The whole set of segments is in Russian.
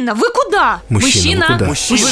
Мужчина, вы куда? Мужчина, вы куда?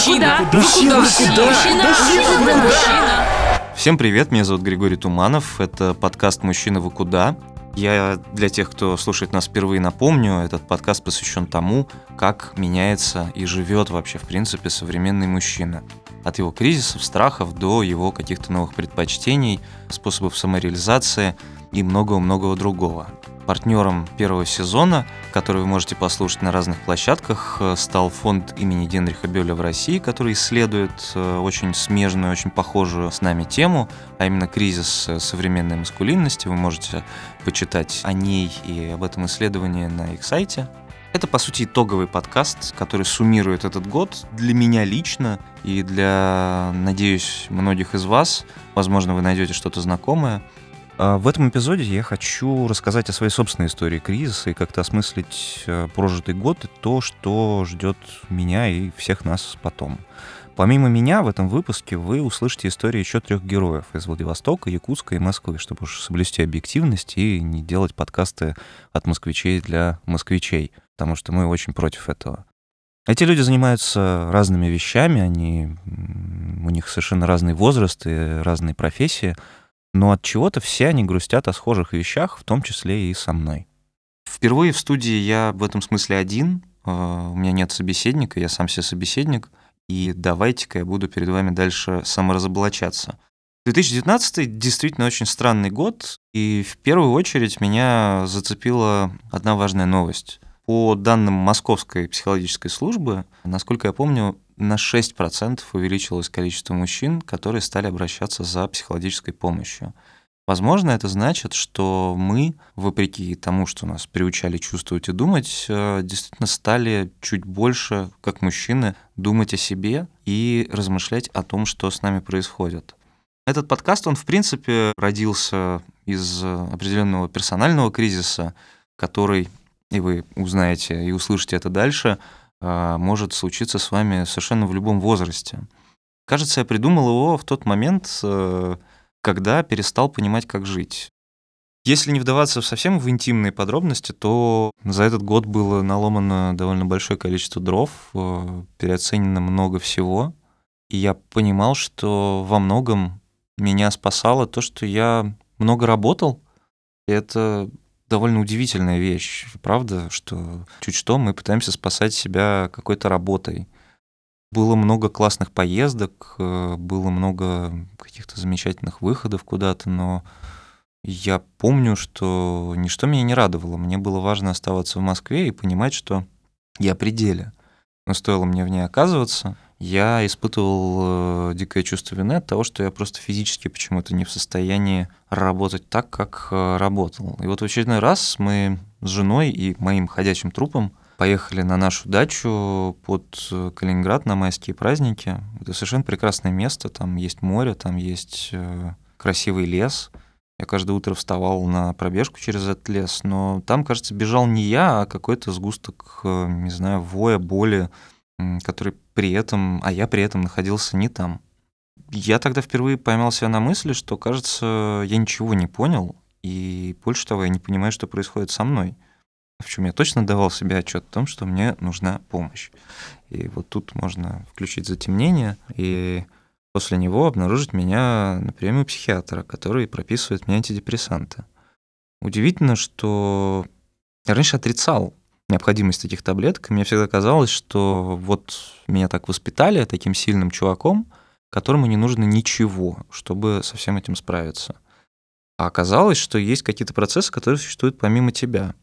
Мужчина. Всем привет, меня зовут Григорий Туманов, это подкаст «Мужчина, вы куда?». Я для тех, кто слушает нас впервые, напомню, этот подкаст посвящен тому, как меняется и живет вообще, в принципе, современный мужчина. От его кризисов, страхов до его каких-то новых предпочтений, способов самореализации и многого-многого другого. Партнером первого сезона, который вы можете послушать на разных площадках, стал фонд имени Генриха Бёля в России, который исследует очень смежную, очень похожую с нами тему, а именно кризис современной маскулинности. Вы можете почитать о ней и об этом исследовании на их сайте. Это, по сути, итоговый подкаст, который суммирует этот год для меня лично и для, надеюсь, многих из вас. Возможно, вы найдете что-то знакомое. В этом эпизоде я хочу рассказать о своей собственной истории кризиса и как-то осмыслить прожитый год и то, что ждет меня и всех нас потом. Помимо меня в этом выпуске вы услышите истории еще 3 героев из Владивостока, Якутска и Москвы, чтобы уж соблюсти объективность и не делать подкасты от москвичей для москвичей, потому что мы очень против этого. Эти люди занимаются разными вещами, у них совершенно разный возраст и разные профессии, но от чего-то все они грустят о схожих вещах, в том числе и со мной. Впервые в студии я в этом смысле один, у меня нет собеседника, я сам себе собеседник, и давайте-ка я буду перед вами дальше саморазоблачаться. 2019 действительно очень странный год, и в первую очередь меня зацепила одна важная новость. По данным Московской психологической службы, насколько я помню, на 6% увеличилось количество мужчин, которые стали обращаться за психологической помощью. Возможно, это значит, что мы, вопреки тому, что нас приучали чувствовать и думать, действительно стали чуть больше, как мужчины, думать о себе и размышлять о том, что с нами происходит. Этот подкаст, он, в принципе, родился из определенного персонального кризиса, который, и вы узнаете и услышите это дальше, может случиться с вами совершенно в любом возрасте. Кажется, я придумал его в тот момент, когда перестал понимать, как жить. Если не вдаваться совсем в интимные подробности, то за этот год было наломано довольно большое количество дров, переоценено много всего, и я понимал, что во многом меня спасало то, что я много работал, и это довольно удивительная вещь, правда, что чуть что мы пытаемся спасать себя какой-то работой. Было много классных поездок, было много каких-то замечательных выходов куда-то, но я помню, что ничто меня не радовало. Мне было важно оставаться в Москве и понимать, что я при деле. Но стоило мне в ней оказываться, я испытывал дикое чувство вины от того, что я просто физически почему-то не в состоянии работать так, как работал. И вот в очередной раз мы с женой и моим ходячим трупом поехали на нашу дачу под Калининград на майские праздники. Это совершенно прекрасное место, там есть море, там есть красивый лес. Я каждое утро вставал на пробежку через этот лес, но там, кажется, бежал не я, а какой-то сгусток, не знаю, воя, боли, который я при этом находился не там. Я тогда впервые поймал себя на мысли, что, кажется, я ничего не понял, и больше того, я не понимаю, что происходит со мной. В чем я точно давал себе отчет о том, что мне нужна помощь. И вот тут можно включить затемнение, и после него обнаружить меня на приеме у психиатра, который прописывает мне антидепрессанты. Удивительно, что я раньше отрицал необходимость таких таблеток, и мне всегда казалось, что вот меня так воспитали таким сильным чуваком, которому не нужно ничего, чтобы со всем этим справиться. А оказалось, что есть какие-то процессы, которые существуют помимо тебя.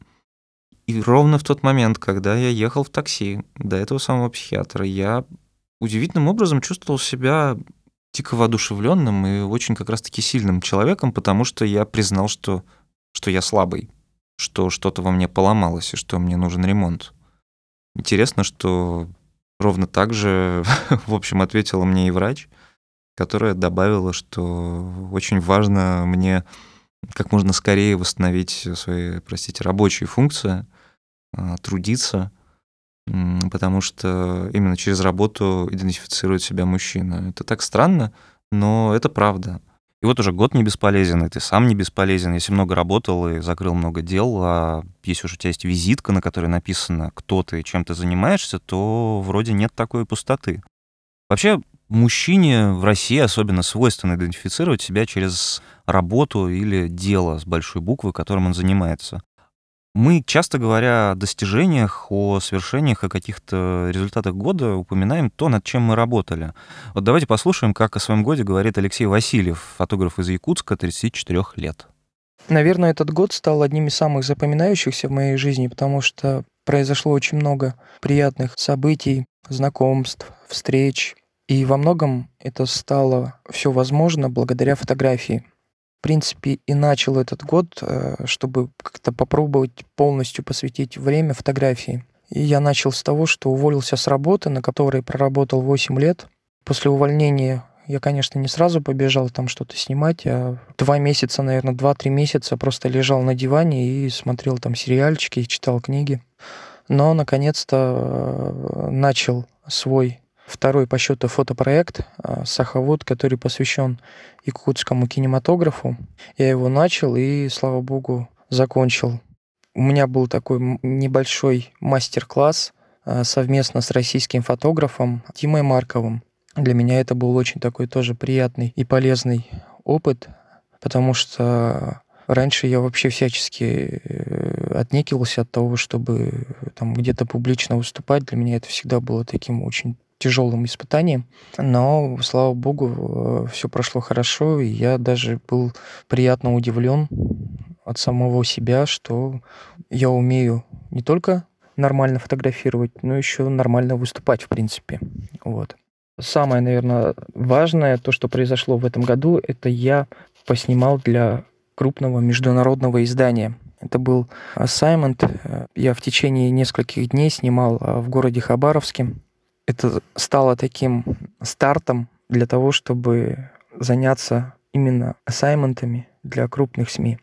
И ровно в тот момент, когда я ехал в такси до этого самого психиатра, я удивительным образом чувствовал себя дико воодушевленным и очень как раз-таки сильным человеком, потому что я признал, что я слабый, что что-то во мне поломалось и что мне нужен ремонт. Интересно, что ровно так же, в общем, ответила мне и врач, которая добавила, что очень важно мне как можно скорее восстановить свои, рабочие функции, трудиться, потому что именно через работу идентифицирует себя мужчина. Это так странно, но это правда. И вот уже год не бесполезен, и ты сам не бесполезен. Если много работал и закрыл много дел, а если уж у тебя есть визитка, на которой написано, кто ты и чем ты занимаешься, то вроде нет такой пустоты. Вообще, мужчине в России особенно свойственно идентифицировать себя через работу или дело с большой буквы, которым он занимается. Мы, часто говоря о достижениях, о свершениях, о каких-то результатах года, упоминаем то, над чем мы работали. Вот давайте послушаем, как о своем годе говорит Алексей Васильев, фотограф из Якутска, 34 лет. Наверное, этот год стал одним из самых запоминающихся в моей жизни, потому что произошло очень много приятных событий, знакомств, встреч. И во многом это стало все возможно благодаря фотографии. В принципе, и начал этот год, чтобы как-то попробовать полностью посвятить время фотографии. И я начал с того, что уволился с работы, на которой проработал 8 лет. После увольнения я, конечно, не сразу побежал там что-то снимать, а 2 месяца, наверное, 2-3 месяца просто лежал на диване и смотрел там сериальчики, читал книги. Но, наконец-то, начал свой второй по счету фотопроект «Саховод», который посвящен якутскому кинематографу. Я его начал и, слава богу, закончил. У меня был такой небольшой мастер-класс совместно с российским фотографом Тимой Марковым. Для меня это был очень такой тоже приятный и полезный опыт, потому что раньше я вообще всячески отнекивался от того, чтобы там где-то публично выступать. Для меня это всегда было таким очень тяжелым испытанием. Но, слава богу, все прошло хорошо, и я даже был приятно удивлен от самого себя, что я умею не только нормально фотографировать, но еще нормально выступать, в принципе. Вот. Самое, наверное, важное, то, что произошло в этом году, это я поснимал для крупного международного издания. Это был ассаймент. Я в течение нескольких дней снимал в городе Хабаровске. Это стало таким стартом для того, чтобы заняться именно ассайментами для крупных СМИ.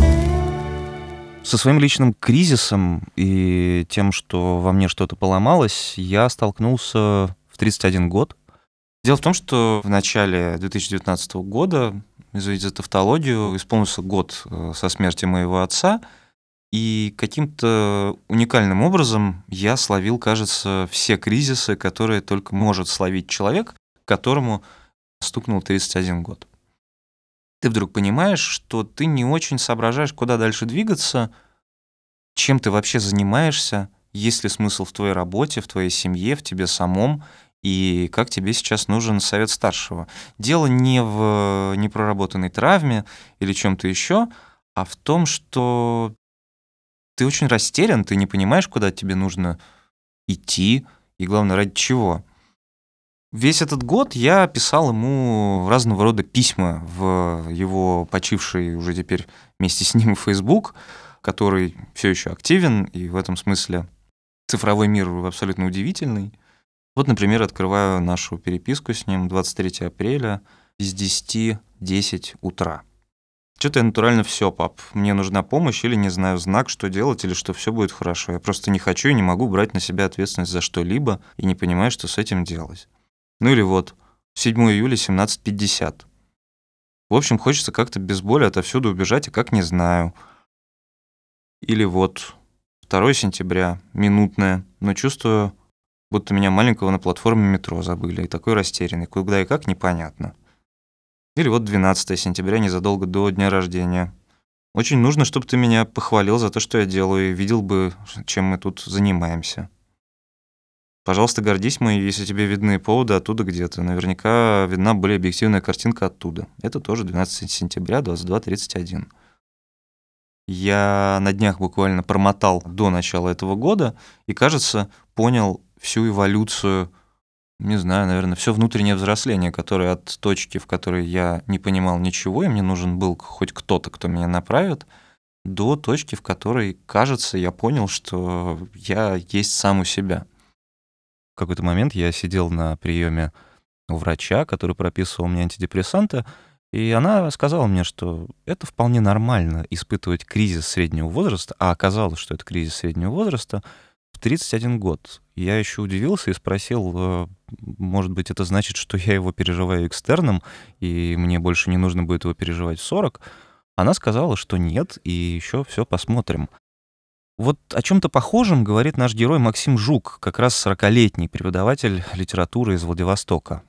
Со своим личным кризисом и тем, что во мне что-то поломалось, я столкнулся в 31 год. Дело в том, что в начале 2019 года, извините за тавтологию, исполнился год со смерти моего отца, и каким-то уникальным образом я словил, кажется, все кризисы, которые только может словить человек, которому стукнул 31 год. Ты вдруг понимаешь, что ты не очень соображаешь, куда дальше двигаться, чем ты вообще занимаешься, есть ли смысл в твоей работе, в твоей семье, в тебе самом, и как тебе сейчас нужен совет старшего. Дело не в непроработанной травме или чем-то еще, а в том, что ты очень растерян, ты не понимаешь, куда тебе нужно идти, и главное, ради чего. Весь этот год я писал ему разного рода письма в его почивший уже теперь вместе с ним Facebook, который все еще активен, и в этом смысле цифровой мир абсолютно удивительный. Вот, например, открываю нашу переписку с ним 23 апреля с 10:10 утра. Что-то я натурально все, пап, мне нужна помощь или, не знаю, знак, что делать, или что все будет хорошо. Я просто не хочу и не могу брать на себя ответственность за что-либо и не понимаю, что с этим делать. Ну или вот, 7 июля, 17:50. В общем, хочется как-то без боли отовсюду убежать, а как не знаю. Или вот, 2 сентября, минутное, но чувствую, будто меня маленького на платформе метро забыли, и такой растерянный, куда и как непонятно. Или вот 12 сентября, незадолго до дня рождения. Очень нужно, чтобы ты меня похвалил за то, что я делаю, и видел бы, чем мы тут занимаемся. Пожалуйста, гордись мной, если тебе видны поводы оттуда где-то. Наверняка видна более объективная картинка оттуда. Это тоже 12 сентября, 22:31. Я на днях буквально промотал до начала этого года и, кажется, понял всю эволюцию, не знаю, наверное, все внутреннее взросление, которое от точки, в которой я не понимал ничего, и мне нужен был хоть кто-то, кто меня направит, до точки, в которой, кажется, я понял, что я есть сам у себя. В какой-то момент я сидел на приеме у врача, который прописывал мне антидепрессанты, и она сказала мне, что это вполне нормально испытывать кризис среднего возраста, а оказалось, что это кризис среднего возраста, в 31 год. Я еще удивился и спросил, может быть, это значит, что я его переживаю экстерном, и мне больше не нужно будет его переживать в 40. Она сказала, что нет, и еще все посмотрим. Вот о чем-то похожем говорит наш герой Максим Жук, как раз 40-летний преподаватель литературы из Владивостока.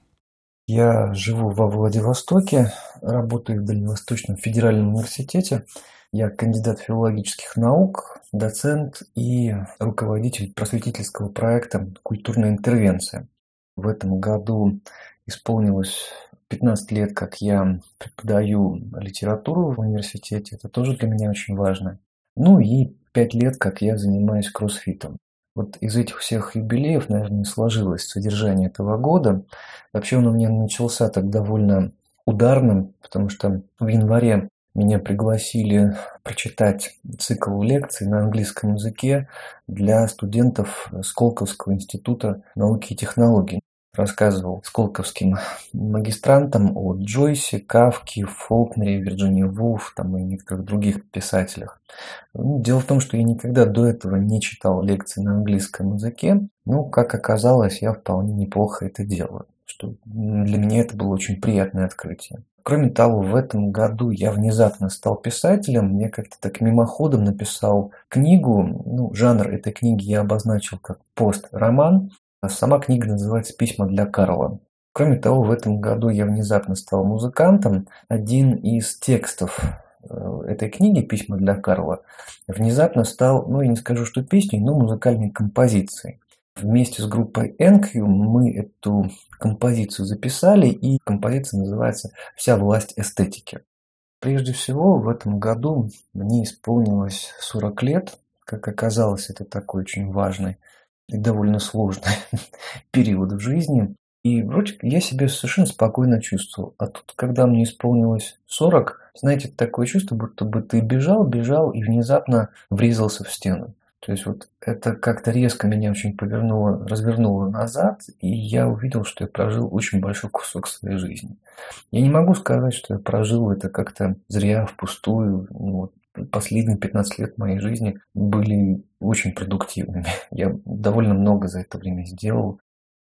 Я живу во Владивостоке, работаю в Дальневосточном федеральном университете. Я кандидат филологических наук, доцент и руководитель просветительского проекта «Культурная интервенция». В этом году исполнилось 15 лет, как я преподаю литературу в университете. Это тоже для меня очень важно. Ну и 5 лет, как я занимаюсь кроссфитом. Вот из этих всех юбилеев, наверное, сложилось содержание этого года. Вообще он у меня начался так довольно ударным, потому что в январе меня пригласили прочитать цикл лекций на английском языке для студентов Сколковского института науки и технологий. Рассказывал сколковским магистрантам о Джойсе, Кафке, Фолкнере, Вирджинии Вулф и некоторых других писателях. Дело в том, что я никогда до этого не читал лекции на английском языке, но, как оказалось, я вполне неплохо это делаю, что для меня это было очень приятное открытие. Кроме того, в этом году я внезапно стал писателем, я как-то так мимоходом написал книгу, жанр этой книги я обозначил как пост-роман. Сама книга называется «Письма для Карла». Кроме того, в этом году я внезапно стал музыкантом. Один из текстов этой книги «Письма для Карла» внезапно стал, я не скажу, что песней, но музыкальной композицией. Вместе с группой NQ мы эту композицию записали, и композиция называется «Вся власть эстетики». Прежде всего, в этом году мне исполнилось 40 лет. Как оказалось, это такой очень важный и довольно сложный период в жизни. И вроде я себя совершенно спокойно чувствовал. А тут, когда мне исполнилось 40, знаете, такое чувство, будто бы ты бежал и внезапно врезался в стену. То есть вот это как-то резко меня очень развернуло назад, и я увидел, что я прожил очень большой кусок своей жизни. Я не могу сказать, что я прожил это как-то зря, впустую. Последние 15 лет моей жизни были очень продуктивными. Я довольно много за это время сделал.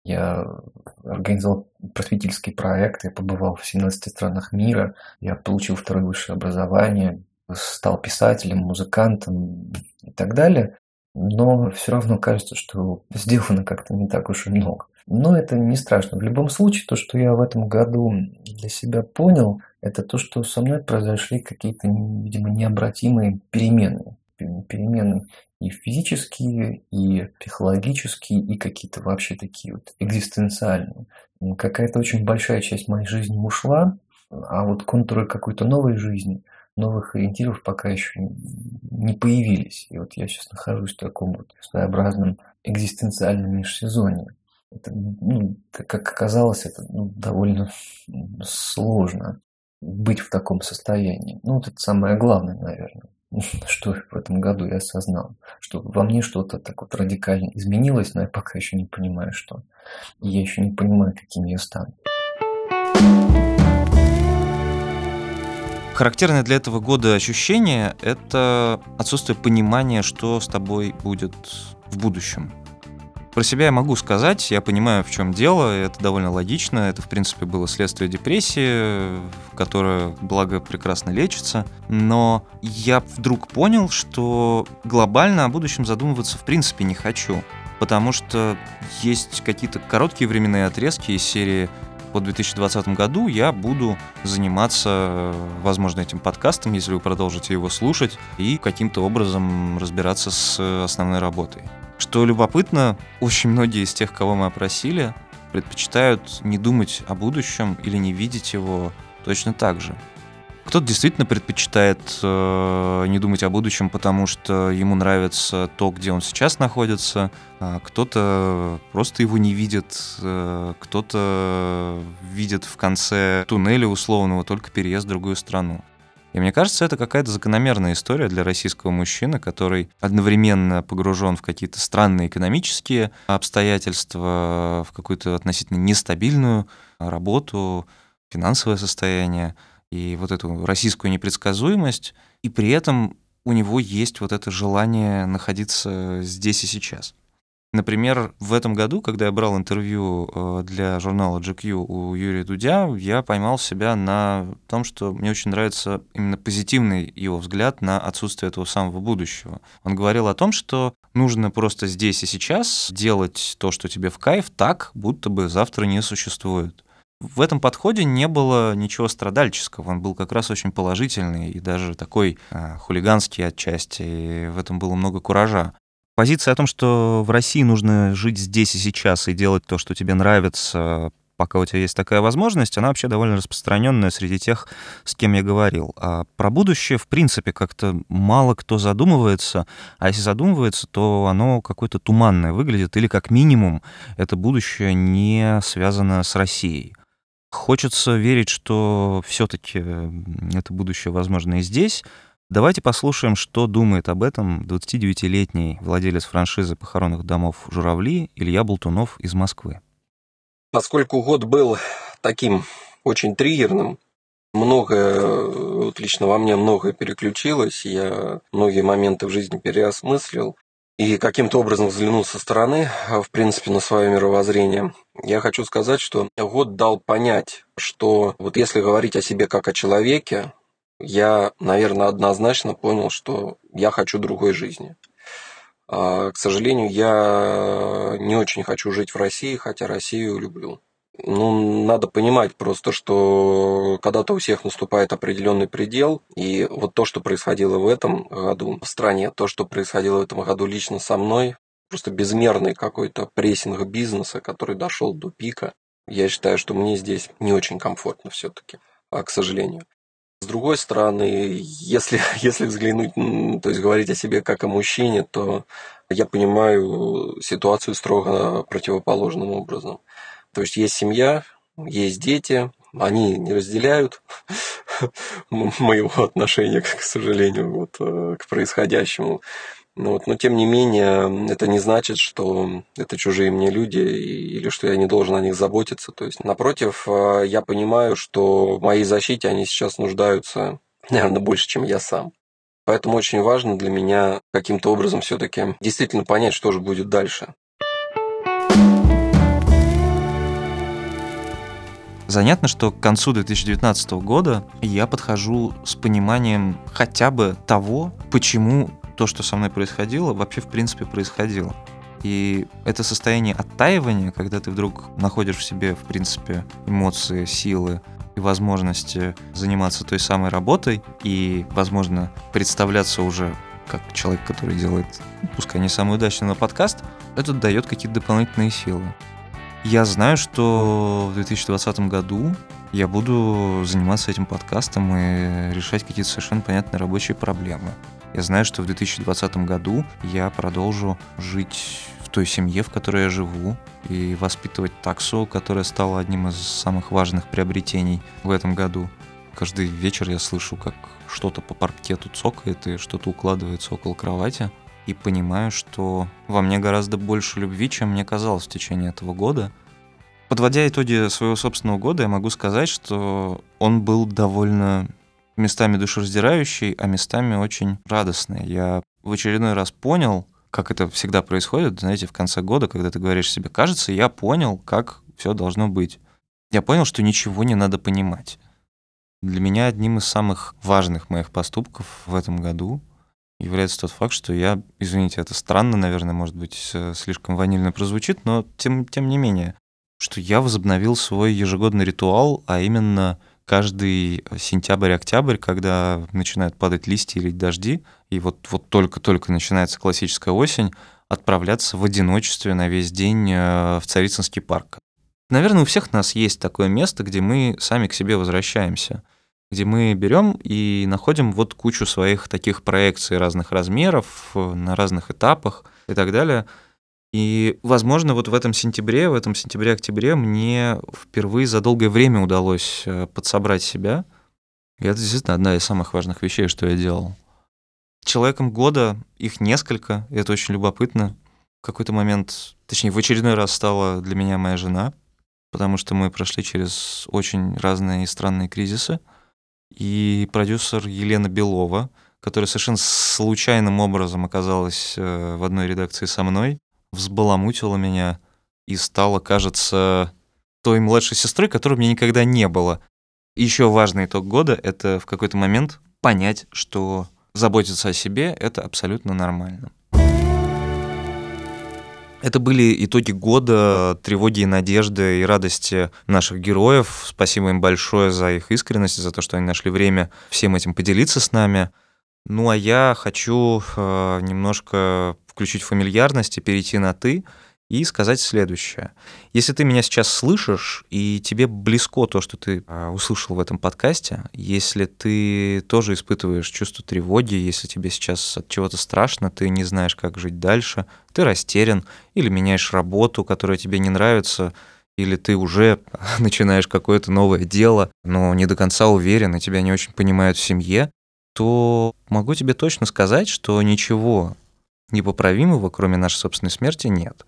Я организовал просветительский проект, я побывал в 17 странах мира, я получил второе высшее образование, стал писателем, музыкантом и так далее. Но все равно кажется, что сделано как-то не так уж и много. Но это не страшно. В любом случае, то, что я в этом году для себя понял, это то, что со мной произошли какие-то, видимо, необратимые перемены. Перемены и физические, и психологические, и какие-то вообще такие вот экзистенциальные. Какая-то очень большая часть моей жизни ушла, а вот контуры какой-то новой жизни, новых ориентиров пока еще не появились. И вот я сейчас нахожусь в таком вот своеобразном экзистенциальном межсезонье. Это, как оказалось, это довольно сложно быть в таком состоянии. Вот это самое главное, наверное, что в этом году я осознал. Что во мне что-то так вот радикально изменилось, но я пока еще не понимаю, что. И я еще не понимаю, каким я стану. Характерное для этого года ощущение – это отсутствие понимания, что с тобой будет в будущем. Про себя я могу сказать, я понимаю, в чем дело, это довольно логично, это, в принципе, было следствие депрессии, которая, благо, прекрасно лечится, но я вдруг понял, что глобально о будущем задумываться в принципе не хочу, потому что есть какие-то короткие временные отрезки из серии «По 2020 году я буду заниматься, возможно, этим подкастом, если вы продолжите его слушать, и каким-то образом разбираться с основной работой». Что любопытно, очень многие из тех, кого мы опросили, предпочитают не думать о будущем или не видеть его точно так же. Кто-то действительно предпочитает не думать о будущем, потому что ему нравится то, где он сейчас находится, а кто-то просто его не видит, кто-то видит в конце туннеля условного только переезд в другую страну. И мне кажется, это какая-то закономерная история для российского мужчины, который одновременно погружен в какие-то странные экономические обстоятельства, в какую-то относительно нестабильную работу, финансовое состояние и вот эту российскую непредсказуемость, и при этом у него есть вот это желание находиться здесь и сейчас. Например, в этом году, когда я брал интервью для журнала GQ у Юрия Дудя, я поймал себя на том, что мне очень нравится именно позитивный его взгляд на отсутствие этого самого будущего. Он говорил о том, что нужно просто здесь и сейчас делать то, что тебе в кайф, так, будто бы завтра не существует. В этом подходе не было ничего страдальческого, он был как раз очень положительный и даже такой хулиганский отчасти, и в этом было много куража. Позиция о том, что в России нужно жить здесь и сейчас и делать то, что тебе нравится, пока у тебя есть такая возможность, она вообще довольно распространенная среди тех, с кем я говорил. А про будущее, в принципе, как-то мало кто задумывается, а если задумывается, то оно какое-то туманное выглядит, или как минимум это будущее не связано с Россией. Хочется верить, что все-таки это будущее возможно и здесь. Давайте послушаем, что думает об этом 29-летний владелец франшизы похоронных домов «Журавли» Илья Болтунов из Москвы. Поскольку год был таким очень триггерным, лично во мне многое переключилось, я многие моменты в жизни переосмыслил и каким-то образом взглянул со стороны, в принципе, на свое мировоззрение. Я хочу сказать, что год дал понять, что вот если говорить о себе как о человеке, я, наверное, однозначно понял, что я хочу другой жизни. К сожалению, я не очень хочу жить в России, хотя Россию люблю. Надо понимать просто, что когда-то у всех наступает определенный предел, и вот то, что происходило в этом году в стране, то, что происходило в этом году лично со мной, просто безмерный какой-то прессинг бизнеса, который дошел до пика. Я считаю, что мне здесь не очень комфортно все-таки, к сожалению. С другой стороны, если взглянуть, то есть говорить о себе как о мужчине, то я понимаю ситуацию строго противоположным образом. То есть семья, есть дети, они не разделяют моего отношения, к сожалению, к происходящему. Но тем не менее, это не значит, что это чужие мне люди или что я не должен о них заботиться. То есть, напротив, я понимаю, что в моей защите они сейчас нуждаются, наверное, больше, чем я сам. Поэтому очень важно для меня каким-то образом все-таки действительно понять, что же будет дальше. Занятно, что к концу 2019 года я подхожу с пониманием хотя бы того, почему то, что со мной происходило, вообще в принципе происходило. И это состояние оттаивания, когда ты вдруг находишь в себе, в принципе, эмоции, силы и возможности заниматься той самой работой и, возможно, представляться уже как человек, который делает, пускай не самый удачный, но подкаст, это дает какие-то дополнительные силы. Я знаю, что в 2020 году я буду заниматься этим подкастом и решать какие-то совершенно понятные рабочие проблемы. Я знаю, что в 2020 году я продолжу жить в той семье, в которой я живу, и воспитывать таксу, которая стала одним из самых важных приобретений в этом году. Каждый вечер я слышу, как что-то по паркету цокает и что-то укладывается около кровати. И понимаю, что во мне гораздо больше любви, чем мне казалось в течение этого года. Подводя итоги своего собственного года, я могу сказать, что он был довольно местами душераздирающий, а местами очень радостный. Я в очередной раз понял, как это всегда происходит, знаете, в конце года, когда ты говоришь себе, кажется, я понял, как все должно быть. Я понял, что ничего не надо понимать. Для меня одним из самых важных моих поступков в этом году является тот факт, что я, извините, это странно, наверное, может быть, слишком ванильно прозвучит, но тем не менее, что я возобновил свой ежегодный ритуал, а именно каждый сентябрь-октябрь, когда начинают падать листья и лить дожди, и вот только-только начинается классическая осень, отправляться в одиночестве на весь день в Царицынский парк. Наверное, у всех нас есть такое место, где мы сами к себе возвращаемся, где мы берем и находим вот кучу своих таких проекций разных размеров, на разных этапах и так далее. И, возможно, вот в этом сентябре-октябре мне впервые за долгое время удалось подсобрать себя. И это действительно одна из самых важных вещей, что я делал. Человеком года их несколько, и это очень любопытно. В какой-то момент, точнее, в очередной раз стала для меня моя жена, потому что мы прошли через очень разные и странные кризисы. И продюсер Елена Белова, которая совершенно случайным образом оказалась в одной редакции со мной, взбаламутила меня и стала, кажется, той младшей сестрой, которой у меня никогда не было. И еще важный итог года — это в какой-то момент понять, что заботиться о себе — это абсолютно нормально. Это были итоги года, тревоги и надежды и радости наших героев. Спасибо им большое за их искренность, за то, что они нашли время всем этим поделиться с нами. Ну, а я хочу немножко включить фамильярность и перейти на «ты» и сказать следующее. Если ты меня сейчас слышишь, и тебе близко то, что ты услышал в этом подкасте, если ты тоже испытываешь чувство тревоги, если тебе сейчас от чего-то страшно, ты не знаешь, как жить дальше, ты растерян или меняешь работу, которая тебе не нравится, или ты уже начинаешь какое-то новое дело, но не до конца уверен, и тебя не очень понимают в семье, то могу тебе точно сказать, что ничего непоправимого, кроме нашей собственной смерти, нет.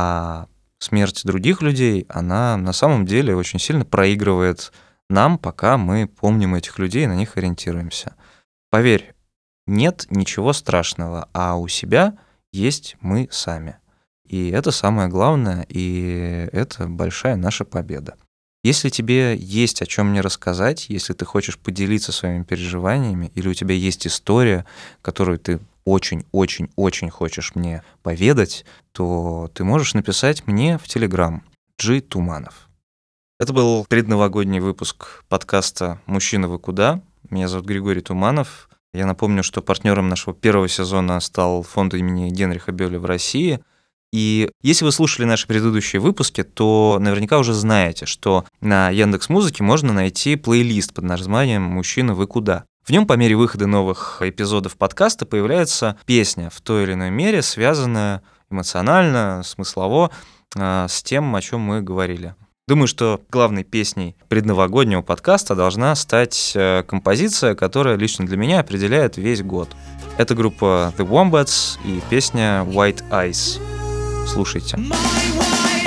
А смерть других людей, она на самом деле очень сильно проигрывает нам, пока мы помним этих людей и на них ориентируемся. Поверь, нет ничего страшного, а у себя есть мы сами. И это самое главное, и это большая наша победа. Если тебе есть о чем мне рассказать, если ты хочешь поделиться своими переживаниями, или у тебя есть история, которую ты очень-очень-очень хочешь мне поведать, то ты можешь написать мне в Telegram G. Туманов. Это был предновогодний выпуск подкаста «Мужчина, вы куда?». Меня зовут Григорий Туманов. Я напомню, что партнером нашего первого сезона стал фонд имени Генриха Бёля в России. И если вы слушали наши предыдущие выпуски, то наверняка уже знаете, что на Яндекс.Музыке можно найти плейлист под названием «Мужчина, вы куда?». В нем по мере выхода новых эпизодов подкаста появляется песня в той или иной мере, связанная эмоционально, смыслово с тем, о чем мы говорили. Думаю, что главной песней предновогоднего подкаста должна стать композиция, которая лично для меня определяет весь год. Это группа The Wombats и песня White Eyes. Слушайте.